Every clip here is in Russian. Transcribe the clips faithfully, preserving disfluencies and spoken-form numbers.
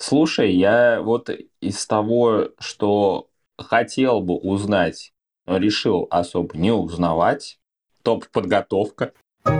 Слушай, я вот из того, что хотел бы узнать, но решил особо не узнавать. Топ-подготовка.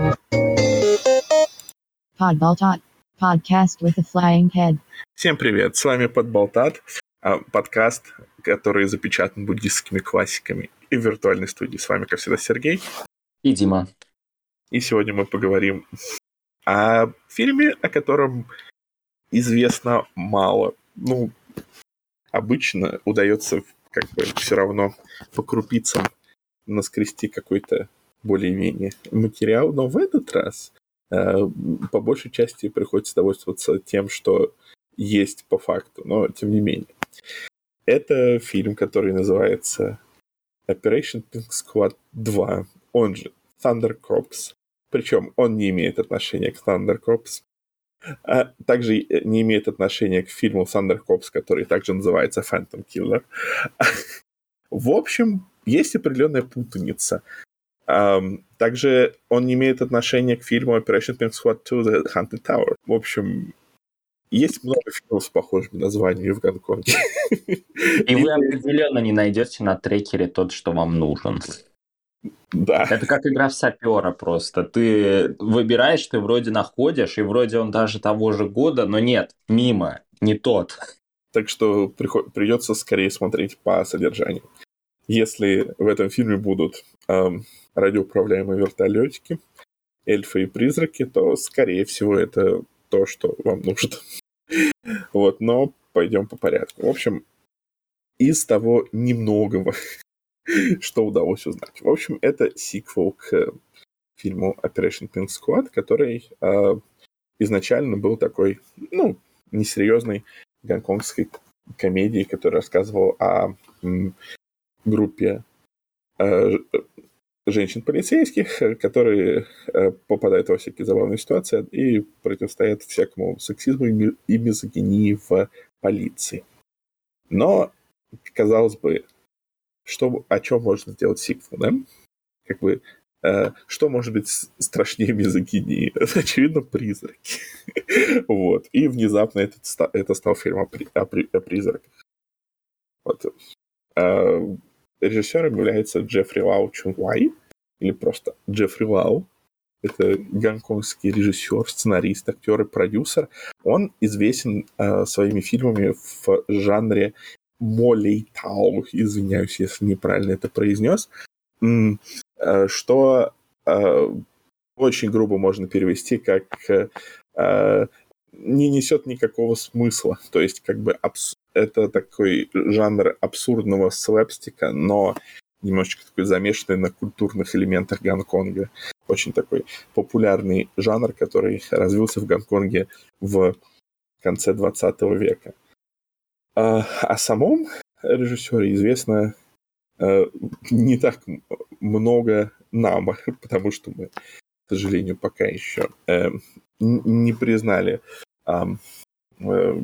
Podbaltot. Podcast with a flying head. Всем привет, с вами Подболтат, а, подкаст, который запечатан буддистскими классиками и в виртуальной студии. С вами, как всегда, Сергей. И Дима. И сегодня мы поговорим о фильме, о котором известно мало. Ну, обычно удается как бы все равно по крупицам наскрести какой-то более-менее материал, но в этот раз э, по большей части приходится довольствоваться тем, что есть по факту, но тем не менее. Это фильм, который называется Operation Pink Squad два, он же Thunder Corps. Причем он не имеет отношения к Thunder Corps, а также не имеет отношения к фильму Thunder Corps, который также называется Phantom Killer. В общем, есть определенная путаница. Также он не имеет отношения к фильму Operation Pink Squad два The Haunted Tower. В общем, есть много фильмов с похожими названиями в Гонконге. И вы определенно не найдете на трекере тот, что вам нужен. Да. Это как игра в сапера просто. Ты выбираешь, ты вроде находишь, и вроде он даже того же года, но нет, мимо, не тот. Так что приход- придется скорее смотреть по содержанию. Если в этом фильме будут эм, радиоуправляемые вертолетики, эльфы и призраки, то, скорее всего, это то, что вам нужно. Вот, но пойдем по порядку. В общем, из того немногого, что удалось узнать. В общем, это сиквел к фильму Operation Pink Squad, который э, изначально был такой, ну, несерьезной гонконгской комедией, которая рассказывала о м, группе э, женщин-полицейских, которые э, попадают во всякие забавные ситуации и противостоят всякому сексизму и, ми- и мизогинии в полиции. Но, казалось бы, что, о чем можно сделать сиквел, да? Как бы, э, что может быть страшнее мизогинии? Очевидно, призраки. Вот. И внезапно это, это стал фильм о, при, о, при, о призраках. Вот. Э, режиссером является Джеффри Лау Чун Лай, или просто Джеффри Лау. Это гонконгский режиссер, сценарист, актер и продюсер. Он известен э, своими фильмами в жанре молей тау, извиняюсь, если неправильно это произнес, м, э, что э, очень грубо можно перевести как э, не несет никакого смысла. То есть как бы абс- это такой жанр абсурдного слэпстика, но немножечко такой замешанный на культурных элементах Гонконга. Очень такой популярный жанр, который развился в Гонконге в конце двадцатого века. А, о самом режиссере известно э, не так много нам, потому что мы, к сожалению, пока еще э, не признали э, э,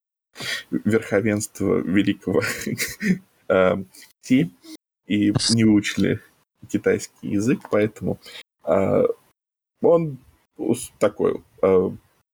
верховенство великого э, Ти и не выучили китайский язык, поэтому э, он такой э,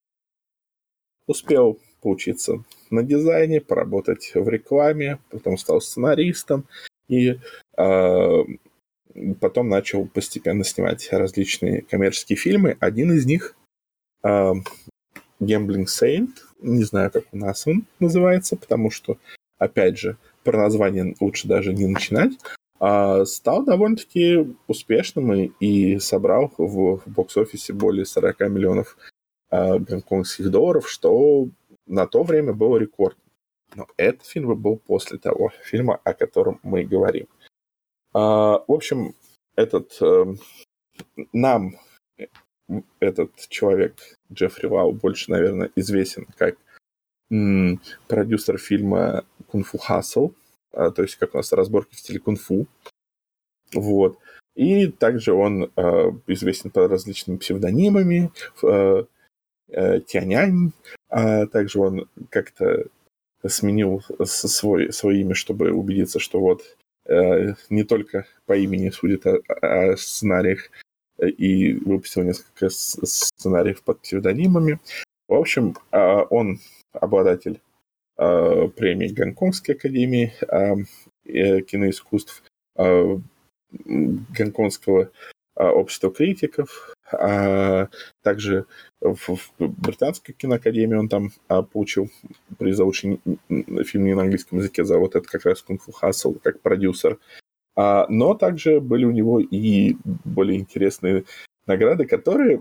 успел поучиться на дизайне, поработать в рекламе, потом стал сценаристом и э, потом начал постепенно снимать различные коммерческие фильмы. Один из них э, Gambling Saint, не знаю, как у нас он называется, потому что, опять же, про название лучше даже не начинать, а стал довольно-таки успешным и, и собрал в, в бокс-офисе более сорок миллионов а, гонконгских долларов, что на то время было рекорд. Но этот фильм был после того фильма, о котором мы говорим. А, в общем, этот э, нам этот человек, Джеффри Лау, больше, наверное, известен как м, продюсер фильма «Кунг-фу Хассл», а, то есть как у нас разборки в стиле кунг-фу. Вот. И также он э, известен под различными псевдонимами, э, э, Тянянь, а также он как-то сменил свой, свое имя, чтобы убедиться, что вот э, не только по имени судят о, о сценариях, и выпустил несколько сценариев под псевдонимами. В общем, он обладатель э, премии Гонконгской академии э, э, киноискусств, э, Гонконгского э, общества критиков, а также в, в Британской киноакадемии он там а, получил приз за лучший фильм не на английском языке, за вот это как раз «Кунг-фу Хассел» как продюсер. А, но также были у него и более интересные награды, которые,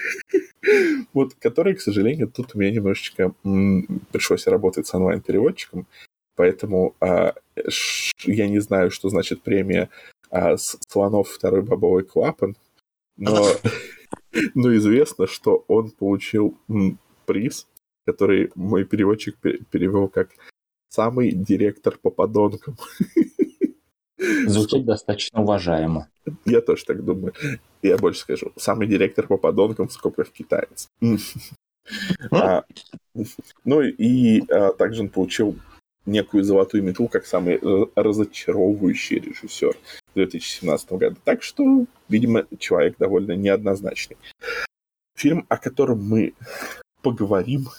вот, которые, к сожалению, тут у меня немножечко м, пришлось работать с онлайн-переводчиком, поэтому а, ш, я не знаю, что значит премия а, «Слонов второй бобовый клапан», но, но известно, что он получил м, приз, который мой переводчик перевел как «самый директор по подонкам». Звучит достаточно уважаемо. Я тоже так думаю. Я больше скажу. Самый директор по подонкам в скобках китаец. а, ну и а, также он получил некую золотую метлу как самый разочаровывающий режиссер в две тысячи семнадцатом году. Так что, видимо, человек довольно неоднозначный. Фильм, о котором мы поговорим,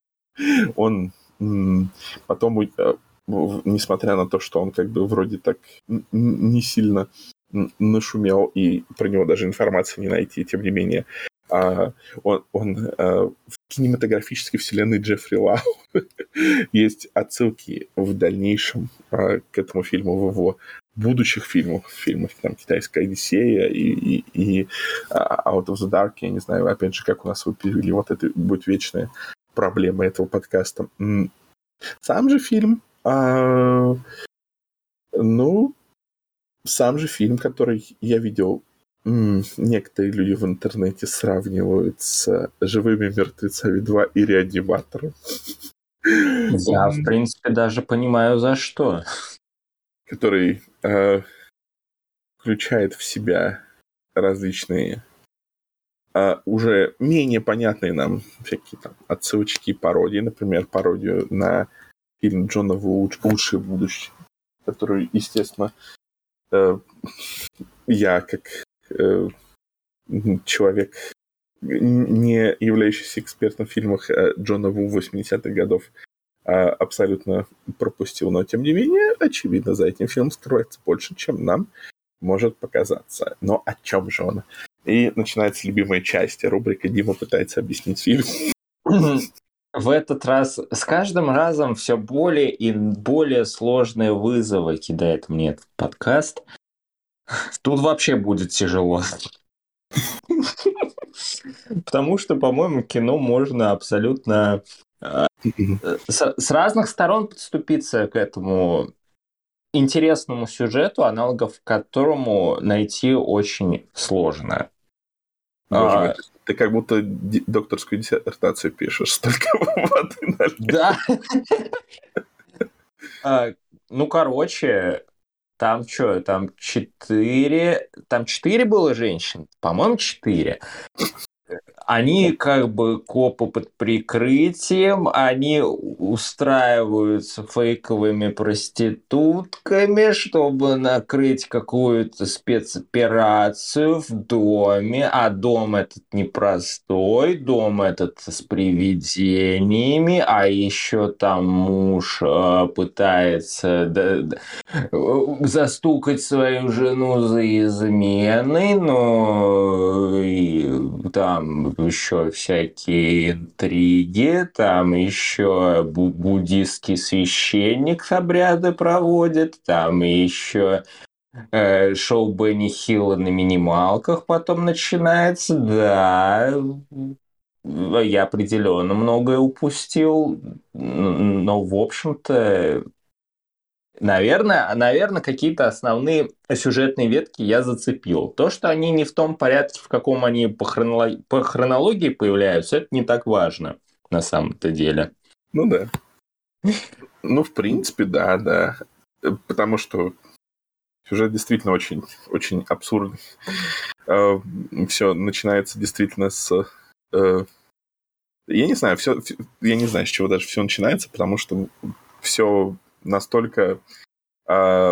он м- потом... несмотря на то, что он как бы вроде так не сильно нашумел, и про него даже информации не найти, тем не менее, он, он в кинематографической вселенной Джеффри Лау есть отсылки в дальнейшем к этому фильму, в его будущих фильмах, в фильмах там «Китайская Одиссея» и, и, и «Out of the Dark», я не знаю, опять же, как у нас его перевели, вот это будет вечная проблема этого подкаста. Сам же фильм А, ну, сам же фильм, который я видел, м- некоторые люди в интернете сравнивают с «Живыми мертвецами два» и «Реаниматором». Я, в принципе, даже понимаю, за что. Который э, включает в себя различные э, уже менее понятные нам всякие там отсылочки и пародии. Например, пародию на фильм Джона Ву «Лучшее будущее», который, естественно, э, я, как э, человек, не являющийся экспертом в фильмах Джона Ву восьмидесятых годов, э, абсолютно пропустил. Но, тем не менее, очевидно, за этим фильмом скрывается больше, чем нам может показаться. Но о чем же он? И начинается любимая часть. Рубрика «Дима пытается объяснить фильм». В этот раз с каждым разом все более и более сложные вызовы кидает мне этот подкаст. Тут вообще будет тяжело. Потому что, по-моему, кино можно абсолютно э, с, с разных сторон подступиться к этому интересному сюжету, аналогов к которому найти очень сложно. Боже мой, А, ты как будто ди- докторскую диссертацию пишешь, столько воды налил. да. А, ну, короче, там что, там четыре, там четыре было женщин, по-моему, четыре. Они как бы копы под прикрытием, они устраиваются фейковыми проститутками, чтобы накрыть какую-то спецоперацию в доме, а дом этот непростой, дом этот с привидениями, а еще там муж э, пытается да, да, застукать свою жену за изменой, но и там еще всякие интриги, там еще бу- буддийский священник обряды проводит, там еще э, шоу Бенни Хилла на минималках потом начинается, да, я определенно многое упустил, но, в общем-то, Наверное, наверное, какие-то основные сюжетные ветки я зацепил. То, что они не в том порядке, в каком они по, хронолог... по хронологии появляются, это не так важно на самом-то деле. Ну да. Ну, в принципе, да, да. Потому что сюжет действительно очень, очень абсурдный. Все начинается действительно с... Я не знаю, все, я не знаю, с чего даже все начинается, потому что все настолько э,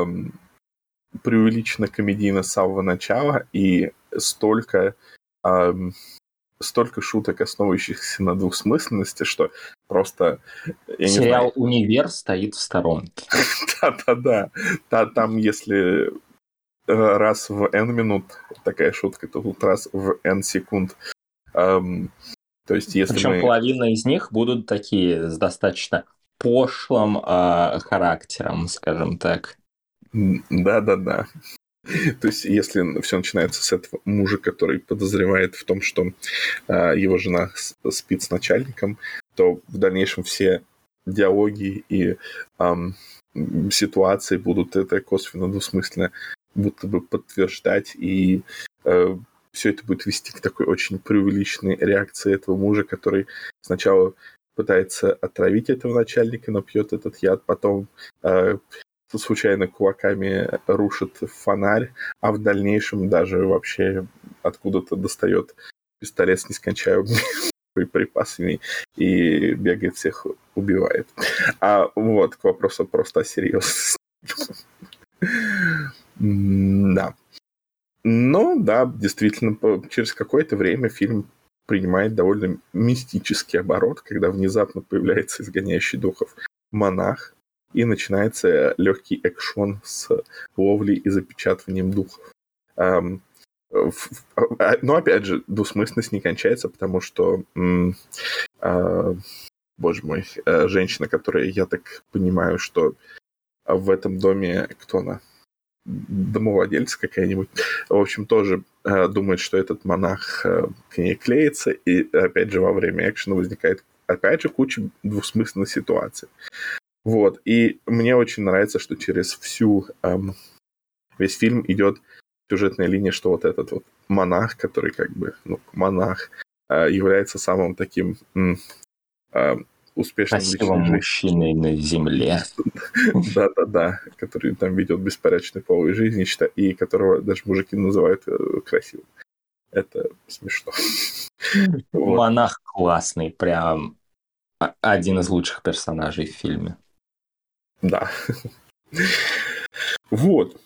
преувеличено комедийно с самого начала, и столько э, столько шуток, основывающихся на двусмысленности, что просто, я Сериал не знаю... «Универ» стоит в сторонке. Да-да-да. Там, если раз в N минут такая шутка, то тут раз в N секунд. То есть, если Причем мы... половина из них будут такие с достаточно пошлым э, характером, скажем так. Да-да-да. То есть, если все начинается с этого мужа, который подозревает в том, что э, его жена спит с начальником, то в дальнейшем все диалоги и э, ситуации будут это косвенно двусмысленно будто бы подтверждать, и э, все это будет вести к такой очень преувеличенной реакции этого мужа, который сначала пытается отравить этого начальника, но пьет этот яд, потом э, случайно кулаками рушит фонарь, а в дальнейшем даже вообще откуда-то достает пистолет с нескончаемыми припасами и бегает всех, убивает. А вот к вопросу просто о серьезности. Да. Но, да, действительно, через какое-то время фильм принимает довольно мистический оборот, когда внезапно появляется изгоняющий духов монах, и начинается легкий экшон с ловлей и запечатыванием духов. Но, опять же, двусмысленность не кончается, потому что, боже мой, женщина, которая, я так понимаю, что в этом доме, кто она? Домовладельца какая-нибудь, в общем, тоже э, думает, что этот монах э, к ней клеится, и, опять же, во время экшена возникает, опять же, куча двусмысленных ситуаций. Вот, и мне очень нравится, что через всю, эм, весь фильм идет сюжетная линия, что вот этот вот монах, который как бы, ну, монах, э, является самым таким м, э, успешным Красивым личной мужчиной на земле. Да-да-да, который там ведет беспорядочную половую жизнь, и которого даже мужики называют красивым. Это смешно. Монах классный, прям один из лучших персонажей в фильме. Да. Вот.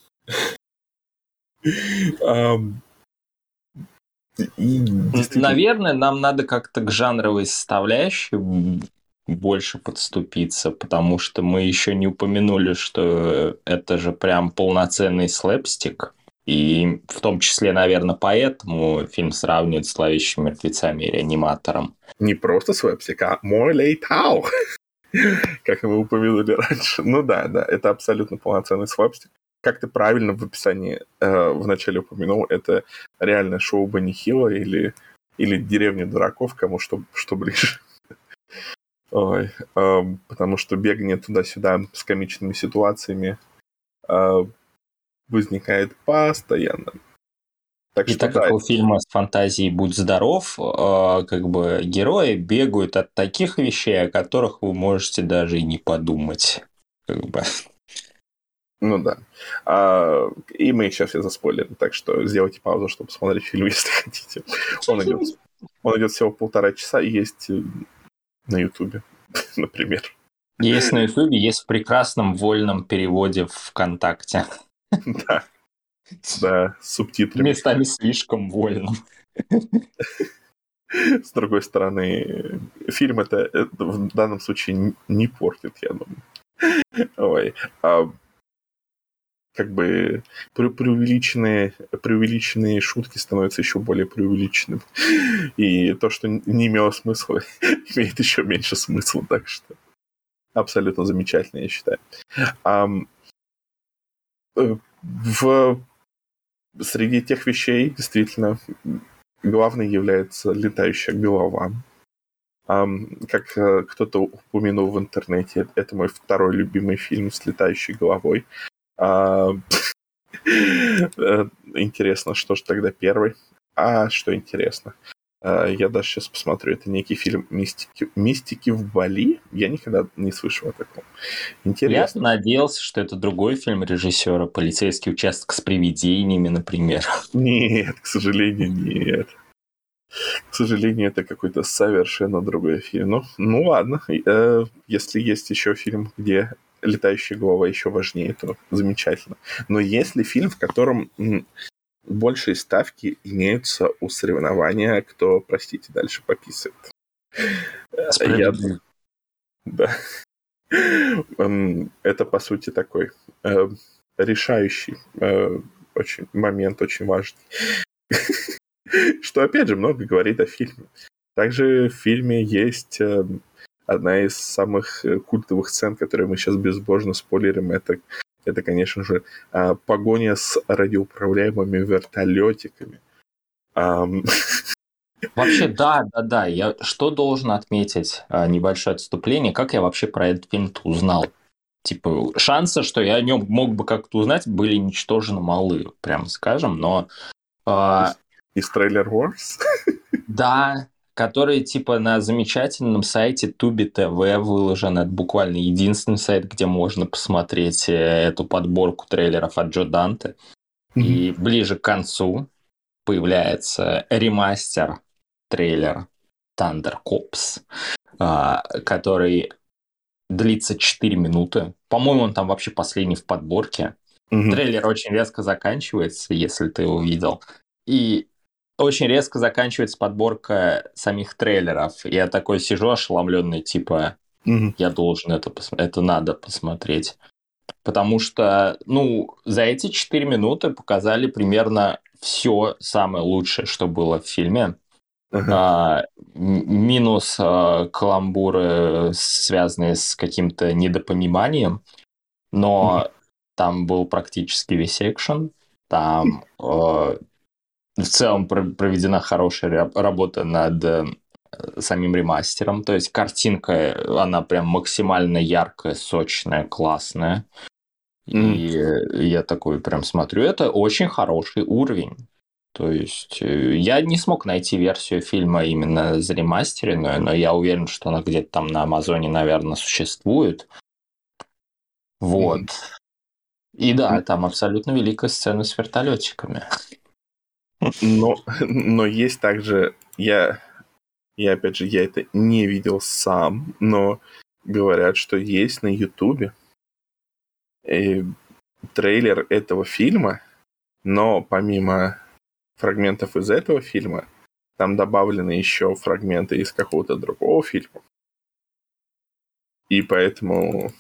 Наверное, нам надо как-то к жанровой составляющей больше подступиться, потому что мы еще не упомянули, что это же прям полноценный слэпстик. И в том числе, наверное, поэтому фильм сравнивают с «Зловещими мертвецами» и «Реаниматором». Не просто слэпстик, а more lay tau, как мы упомянули раньше. Ну да, да, это абсолютно полноценный слэпстик. Как ты правильно в описании э, вначале упомянул, это реальное шоу Бенни Хилла или, или «Деревня дураков», кому что, что ближе. Ой, э, потому что бегание туда-сюда с комичными ситуациями э, возникает постоянно. Так И что, так да, как у фильма с фантазией «Будь здоров», э, как бы герои бегают от таких вещей, о которых вы можете даже и не подумать. Как бы. Ну да. А, и мы сейчас все заспойлерим, так что сделайте паузу, чтобы посмотреть фильм, если хотите. Он идет, он идет всего полтора часа и есть на Ютубе, например. Есть на Ютубе, есть в прекрасном вольном переводе ВКонтакте. Да, да, с субтитрами. Местами слишком вольным. С другой стороны, фильм это, это в данном случае не портит, я думаю. Ой. А, как бы преувеличенные, преувеличенные шутки становятся еще более преувеличенными. И то, что не имело смысла, имеет еще меньше смысла. Так что абсолютно замечательно, я считаю. А, в, среди тех вещей, действительно, главной является летающая голова. Um, как uh, кто-то упомянул в интернете, это мой второй любимый фильм с летающей головой. Uh, интересно, что же тогда первый? А что интересно? Uh, я даже сейчас посмотрю. Это некий фильм «Мистики, «Мистики в Бали». Я никогда не слышал о таком. Интересно. Я надеялся, что это другой фильм режиссера «Полицейский участок с привидениями», например. Нет, к сожалению, нет. К сожалению, это какой-то совершенно другой фильм. Ну, ну ладно, э, если есть еще фильм, где летающая голова еще важнее, то замечательно. Но есть ли фильм, в котором большие ставки имеются у соревнования, кто, простите, дальше пописает. Я, Справедливо. да. Эм, Это, по сути, такой э, решающий э, очень момент, очень важный. Что, опять же, много говорит о фильме. Также в фильме есть э, одна из самых э, культовых сцен, которые мы сейчас безбожно спойлерим. Это, это конечно же, э, погоня с радиоуправляемыми вертолетиками. Ам, Вообще, да, да, да. Я что должен отметить? а, Небольшое отступление. Как я вообще про этот фильм-то узнал? Типа, шансы, что я о нем мог бы как-то узнать, были ничтожно малы, прямо скажем. Но а, Из трейлер Wars. да, который типа на замечательном сайте Туби ТВ выложен. Это буквально единственный сайт, где можно посмотреть э, эту подборку трейлеров от Джо Данте. И ближе к концу появляется ремастер трейлер Thunder Cops, а, который длится четыре минуты. По-моему, он там вообще последний в подборке. Мгм. Трейлер очень резко заканчивается, если ты его видел. И очень резко заканчивается подборка самих трейлеров. Я такой сижу ошеломленный, типа, Мгм. я должен это посмотреть, это надо посмотреть. Потому что, ну, за эти четыре минуты показали примерно все самое лучшее, что было в фильме. Ага. А, м- минус а, каламбуры, связанные с каким-то недопониманием, но там был практически весь экшен, там э, в целом про- проведена хорошая ра- работа над э, самим ремастером, то есть картинка, э, она прям максимально яркая, сочная, классная, Мгм. и э, я такой прям смотрю, это очень хороший уровень. То есть э, я не смог найти версию фильма именно заремастеренную, но я уверен, что она где-то там на Амазоне, наверное, существует. Мгм. Вот. И да, там абсолютно великая сцена с вертолетчиками. Но, но есть также, я, я опять же, я это не видел сам, но говорят, что есть на Ютубе э, трейлер этого фильма, но помимо фрагментов из этого фильма, там добавлены еще фрагменты из какого-то другого фильма. И поэтому...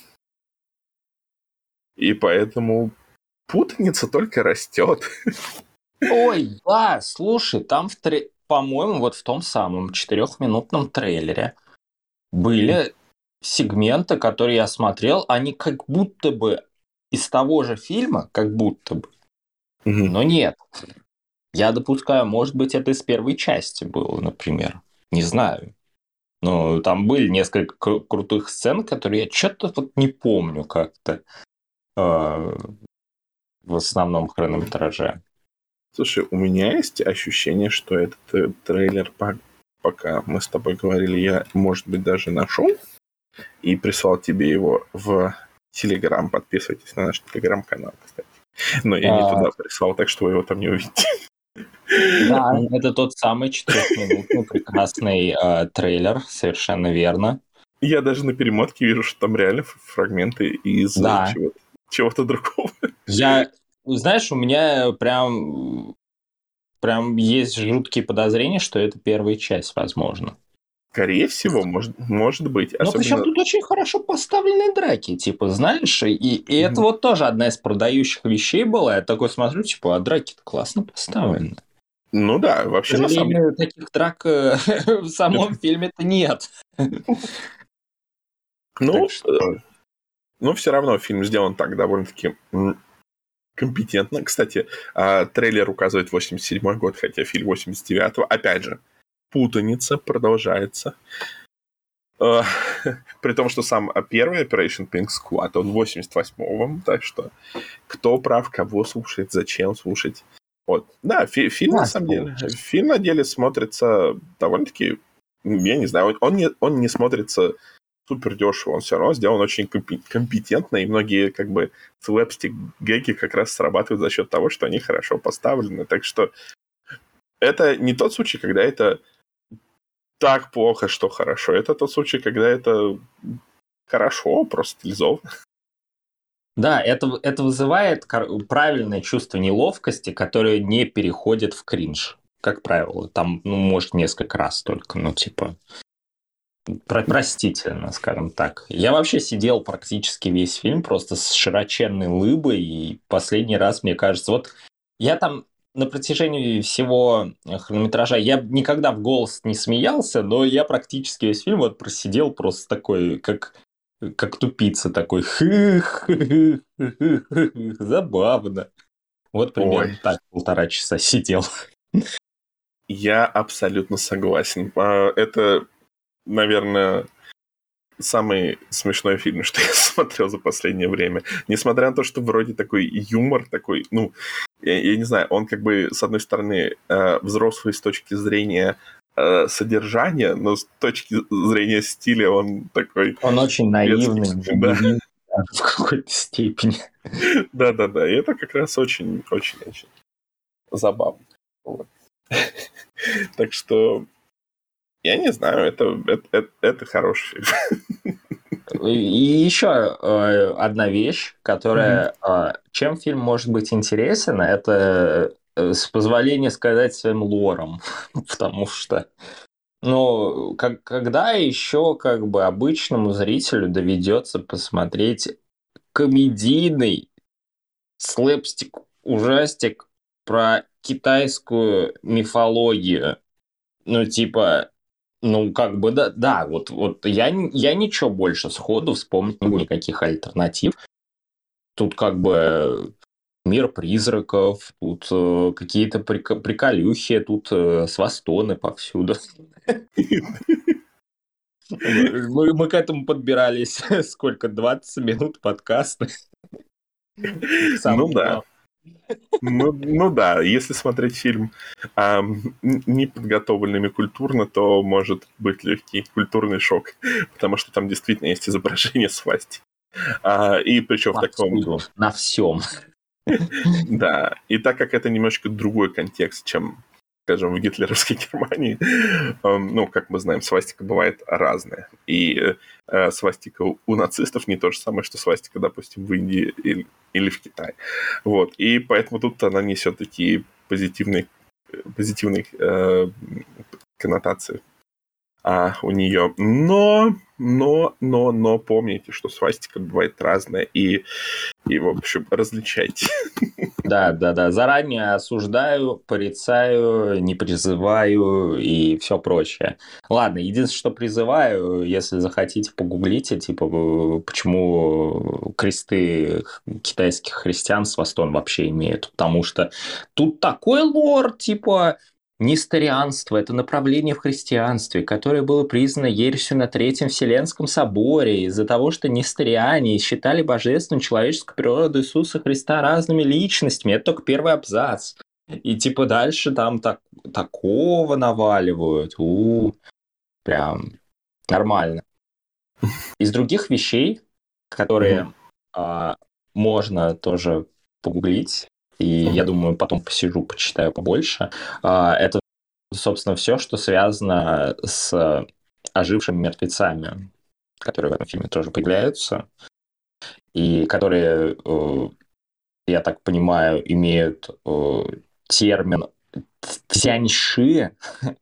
И поэтому путаница только растет. Ой, да, слушай, там, в тре- по-моему, вот в том самом четырехминутном трейлере были сегменты, которые я смотрел, они как будто бы из того же фильма, как будто бы, Мгм. но нет. Я допускаю, может быть, это из первой части было, например. Не знаю. Но там были несколько кру- крутых сцен, которые я что-то вот не помню как-то э, в основном хронометраже. Слушай, у меня есть ощущение, что этот э, трейлер, по- пока мы с тобой говорили, я, может быть, даже нашел и прислал тебе его в Телеграм. Подписывайтесь на наш Телеграм-канал, кстати. Но я не А, туда прислал, так что вы его там не увидите. да, это тот самый четырехминутный прекрасный э, трейлер, совершенно верно. Я даже на перемотке вижу, что там реально ф- фрагменты из э, Да, чего-то, чего-то другого. я, знаешь, у меня прям, прям есть жуткие подозрения, что это первая часть, возможно. Скорее всего, может, может быть. Но причем Особенно... тут очень хорошо поставленные драки, типа, знаешь, и, и это Мгм. вот тоже одна из продающих вещей была. Я такой смотрю, типа, а драки-то классно поставлены. Ну да, К вообще на самом деле... сожалению, таких драк э, в самом фильме-то нет. Ну, Так что, э, но все равно фильм сделан так довольно-таки м, компетентно. Кстати, а, трейлер указывает восемьдесят седьмой год, хотя фильм восемьдесят девятого. Опять же, путаница продолжается. Э, При том, что сам а, первый Operation Pink Squad, он восемьдесят восьмого, так что кто прав, кого слушать, зачем слушать. Вот. Да, фи- фильм на да, самом деле, слушай. фильм на деле смотрится довольно-таки, м, я не знаю, он, он не, он не смотрится супер дешево, он все равно сделан очень компи- компетентно, и многие как бы слэпстик-гэги как раз срабатывают за счет того, что они хорошо поставлены. Так что это не тот случай, когда это так плохо, что хорошо. Это тот случай, когда это хорошо, просто стилизовано. Да, это, это вызывает кор- правильное чувство неловкости, которое не переходит в кринж. Как правило, там, ну, может, несколько раз только, ну, типа, про- простительно, скажем так. Я вообще сидел практически весь фильм просто с широченной лыбой, и последний раз, мне кажется, вот я там на протяжении всего хронометража, я никогда в голос не смеялся, но я практически весь фильм вот просидел просто такой, как, как тупица такой. Забавно. Вот Ой, примерно так полтора часа сидел. я абсолютно согласен. А, Это, наверное, самый смешной фильм, что я смотрел за последнее время. Несмотря на то, что вроде такой юмор, такой, ну, я, я не знаю, он как бы, с одной стороны, э, взрослый с точки зрения э, содержания, но с точки зрения стиля он такой Он очень детский. наивный, Да, дебильный, да, в какой-то степени. да-да-да. И это как раз очень-очень-очень забавно. Вот. Так что, я не знаю, это, это, это, это хороший фильм. И еще э, одна вещь, Мгм. которая... э, чем фильм может быть интересен, это, э, с позволения сказать, своим лором. Потому что, ну, как, когда еще как бы обычному зрителю доведется посмотреть комедийный слэпстик, ужастик про китайскую мифологию? Ну, типа, ну, как бы, да, да, вот, вот я, н- я ничего больше сходу вспомнить не могу, никаких альтернатив. Тут как бы мир призраков, тут э, какие-то прика- приколюхи, тут э, свастоны повсюду. Мы, мы к этому подбирались сколько, двадцать минут подкаста к Ну самому да. главному. Ну, ну да, если смотреть фильм ам, н- неподготовленными культурно, то может быть легкий культурный шок, потому что там действительно есть изображение свасти. А, и причем в таком, Повсюду, на всем. да, и так как это немножко другой контекст, чем, скажем, в гитлеровской Германии, ам, ну, как мы знаем, свастика бывает разная. И э, свастика у у нацистов не то же самое, что свастика, допустим, в Индии или, или в Китае. Вот. И поэтому тут она несет такие позитивные, позитивные э, коннотации а, у нее. Но, но, но, но помните, что свастика бывает разная, и, и в общем, различайте. Да, да, да. Заранее осуждаю, порицаю, не призываю и все прочее. Ладно, единственное, что призываю, если захотите, погуглите, типа, э, почему кресты китайских христиан с Востон вообще имеют. Потому что тут такой лор, типа, несторианство – это направление в христианстве, которое было признано ересью на Третьем Вселенском соборе из-за того, что несториане считали божественную человеческую природу Иисуса Христа разными личностями. Это только первый абзац. И типа дальше там так, такого наваливают. У, прям нормально. Из других вещей, Мгм. которые а, можно тоже погуглить, и я Мгм. думаю, потом посижу, почитаю побольше, а, это, собственно, все, что связано с ожившими мертвецами, которые в этом фильме тоже появляются, и которые, э, я так понимаю, имеют э, термин тяньши,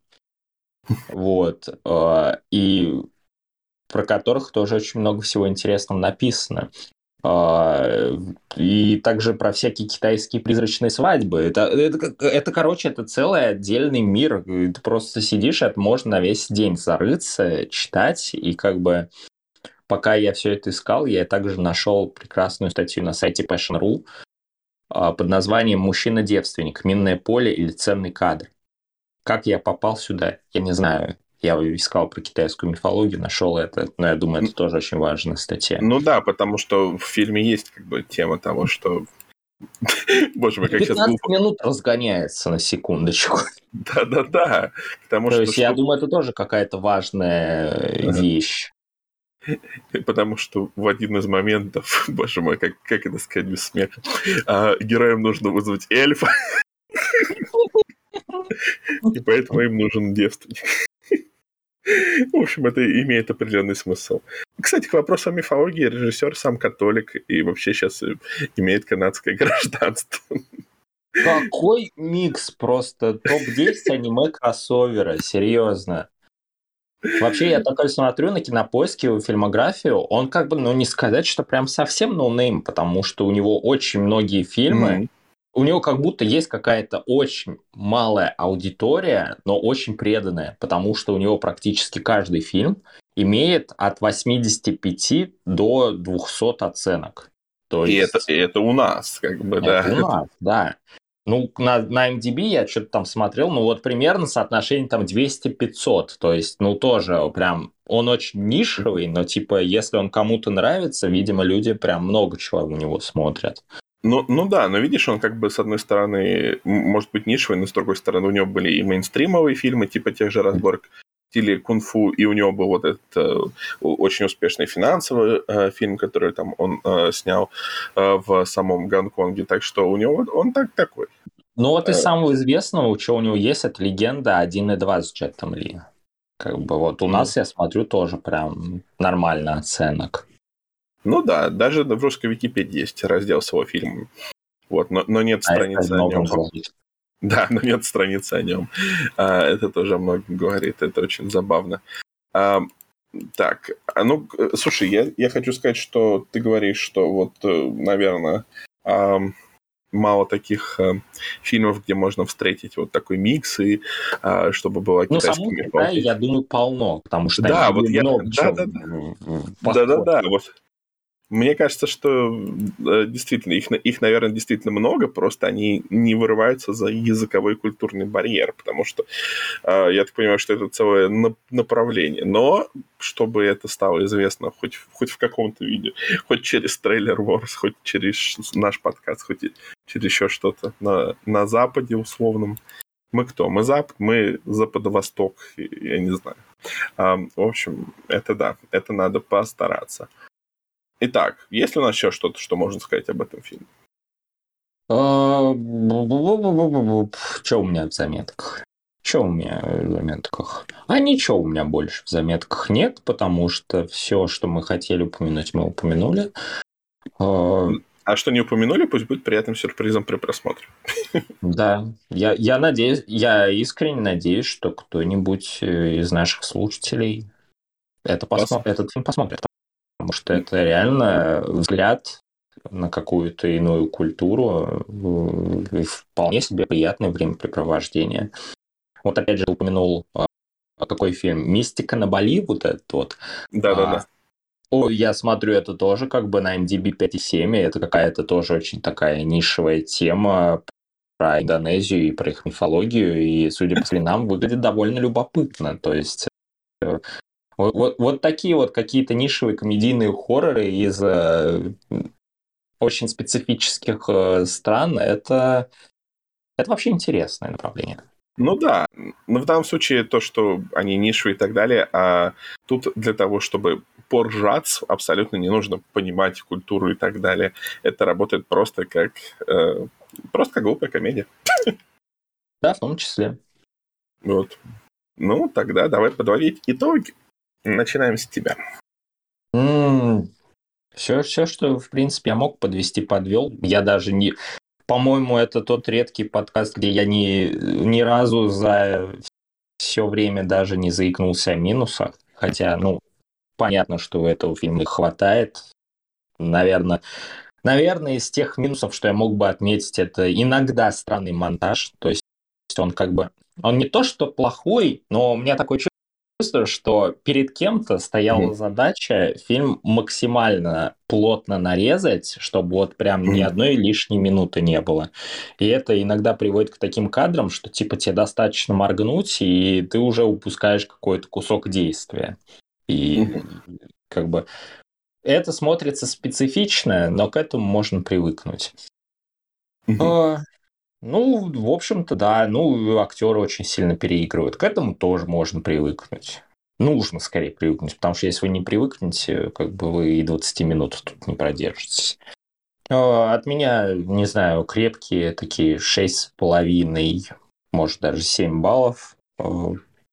вот, э, и про которых тоже очень много всего интересного написано. А, И также про всякие китайские призрачные свадьбы. Это, это, как- это, короче, это целый отдельный мир. И Ты просто сидишь, это можно на весь день зарыться, читать. И как бы пока я все это искал, я также нашел прекрасную статью на сайте Passion точка ру а, под названием «Мужчина-девственник. Минное поле или ценный кадр». Как я попал сюда, я не знаю. Я искал про китайскую мифологию, нашел это, но я думаю, это тоже очень важная статья. Ну да, потому что в фильме есть как бы тема того, что... Боже мой, как сейчас пятнадцать глупо. минут разгоняется на секундочку. Да-да-да, потому То что, есть, я что... думаю, это тоже какая-то важная Ага. вещь. Потому что в один из моментов, боже мой, как, как это сказать без смеха, а, героям нужно вызвать эльфа, и поэтому им нужен девственник. В общем, это имеет определенный смысл. Кстати, к вопросу о мифологии, режиссер сам католик и вообще сейчас имеет канадское гражданство. Какой микс просто топ десять аниме-кроссовера, серьезно. Вообще, я такой смотрю на Кинопоиске его фильмографию, он как бы, ну, не сказать, что прям совсем ноунейм, потому что у него очень многие фильмы, Мгм. у него как будто есть какая-то очень малая аудитория, но очень преданная, потому что у него практически каждый фильм имеет от восьмидесяти пяти до двухсот оценок. То И это, есть и это у нас, как бы, да. это у нас, да. Ну, на, на IMDb я что-то там смотрел, ну вот примерно соотношение там двести пятьсот, то есть, ну тоже прям, он очень нишевый, но типа, если он кому-то нравится, видимо, люди прям много чего у него смотрят. Ну, ну да, но видишь, он как бы с одной стороны м- может быть нишевый, но с другой стороны у него были и мейнстримовые фильмы, типа тех же разборок в стиле кунг-фу, и у него был вот этот э, о- очень успешный финансовый э, фильм, который там он э, снял э, в самом Гонконге, так что у него вот он так такой. Ну вот Э, из самого известного, что у него есть, это «Легенда один и два» с Джетом Ли. Как бы вот у м. нас, я смотрю, тоже прям нормально оценок. Ну да, даже в русской Википедии есть раздел с его фильмом. Вот, но, но нет А это страницы о много нем. говорит. Да, но нет страницы о нем. А, это тоже о многом говорит, это очень забавно. А, так, а ну, э, слушай, я, я хочу сказать, что ты говоришь, что вот, э, наверное, ам, мало таких э, фильмов, где можно встретить вот такой микс, и а, чтобы была Ну, китайская саму Китай, мифология. я думаю, полно, потому что Да, они вот я... много чего Да-да-да. м, м, похоже. Да-да-да, вот. Мне кажется, что э, действительно, их, на- их, наверное, действительно много, просто они не вырываются за языковой и культурный барьер, потому что э, я так понимаю, что это целое на- направление. Но чтобы это стало известно хоть, в- хоть в каком-то виде, хоть через трейлер Wars, хоть через ш- наш подкаст, хоть и через еще что-то на, на Западе условном. Мы кто? Мы Запад, мы Запад-Восток, и- я не знаю. А, в общем, это да, это надо постараться. Итак, есть ли у нас еще что-то, что можно сказать об этом фильме? Что у меня в заметках? Что у меня в заметках? А ничего у меня больше в заметках нет, потому что все, что мы хотели упомянуть, мы упомянули. А, А что не упомянули, пусть будет приятным сюрпризом при просмотре. Да, я, я надеюсь, я искренне надеюсь, что кто-нибудь э, из наших слушателей это Пос- посмо- этот фильм посмотрит, потому что это реально взгляд на какую-то иную культуру э, и вполне себе приятное времяпрепровождение. Вот опять же упомянул а, какой фильм «Мистика на Бали», вот этот вот. А, Да-да-да. о, я смотрю, это тоже как бы на IMDb пять и семь, и это какая-то тоже очень такая нишевая тема про Индонезию и про их мифологию, и, судя по следам, выглядит довольно любопытно. То есть э, вот, вот, вот такие вот какие-то нишевые комедийные хорроры из э, очень специфических э, стран, это, это вообще интересное направление. Ну да, но в данном случае то, что они нишевые и так далее, а тут для того, чтобы поржаться, абсолютно не нужно понимать культуру и так далее. Это работает просто как э, просто как глупая комедия. Да, в том числе. Вот. Ну, тогда давай подводить итоги. Начинаем с тебя. Все, все, что, в принципе, я мог подвести, подвел. Я даже не... По-моему, это тот редкий подкаст, где я ни, ни разу за все время даже не заикнулся о минусах. Хотя, ну, понятно, что у этого фильма их хватает. Наверное, наверное, из тех минусов, что я мог бы отметить, это иногда странный монтаж. То есть он как бы... Он не то, что плохой, но у меня такое чувство, что перед кем-то стояла Мгм. задача фильм максимально плотно нарезать, чтобы вот прям ни Мгм. одной лишней минуты не было. И это иногда приводит к таким кадрам, что типа тебе достаточно моргнуть, и ты уже упускаешь какой-то кусок действия. И Мгм. как бы это смотрится специфично, но к этому можно привыкнуть. Мгм. А, Ну, в общем-то, да. Ну, актеры очень сильно переигрывают. К этому тоже можно привыкнуть. Нужно скорее привыкнуть, потому что если вы не привыкнете, как бы вы и двадцать минут тут не продержитесь. А, От меня, не знаю, крепкие такие шесть с половиной, может даже семь баллов. А,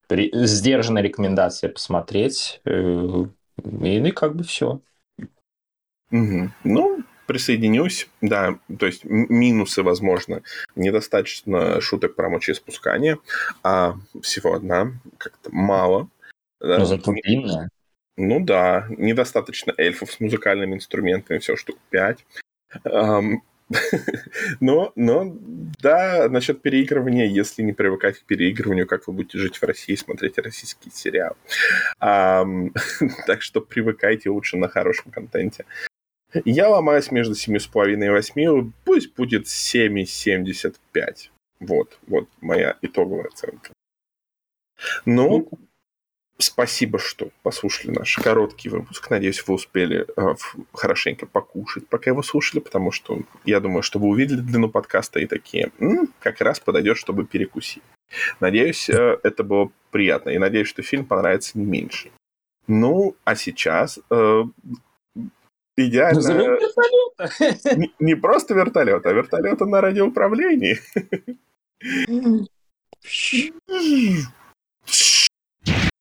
Ре- Сдержанная рекомендация посмотреть. э, И, ну и как бы все. Мгм. Ну, присоединюсь. Да, то есть м- минусы, возможно, недостаточно шуток про мочеиспускание, а всего одна, как-то мало. Но Да? зато Не- длинная. Ну да, недостаточно эльфов с музыкальными инструментами, все штук пять. Ам, Но, но, да, насчет переигрывания, если не привыкать к переигрыванию, как вы будете жить в России и смотреть российские сериалы. Ам, Так что привыкайте лучше на хорошем контенте. Я ломаюсь между семью с половиной и восьми, пусть будет семь и семьдесят пять. Вот, вот моя итоговая оценка. Ну, спасибо, что послушали наш короткий выпуск. Надеюсь, вы успели э, в- хорошенько покушать, пока его слушали, потому что я думаю, что вы увидели длину подкаста и такие, «М, как раз подойдет, чтобы перекусить». Надеюсь, э, это было приятно. И надеюсь, что фильм понравится не меньше. Ну, а сейчас э, идеально Взрыв вертолета. не, не просто вертолет, а вертолета на радиоуправлении.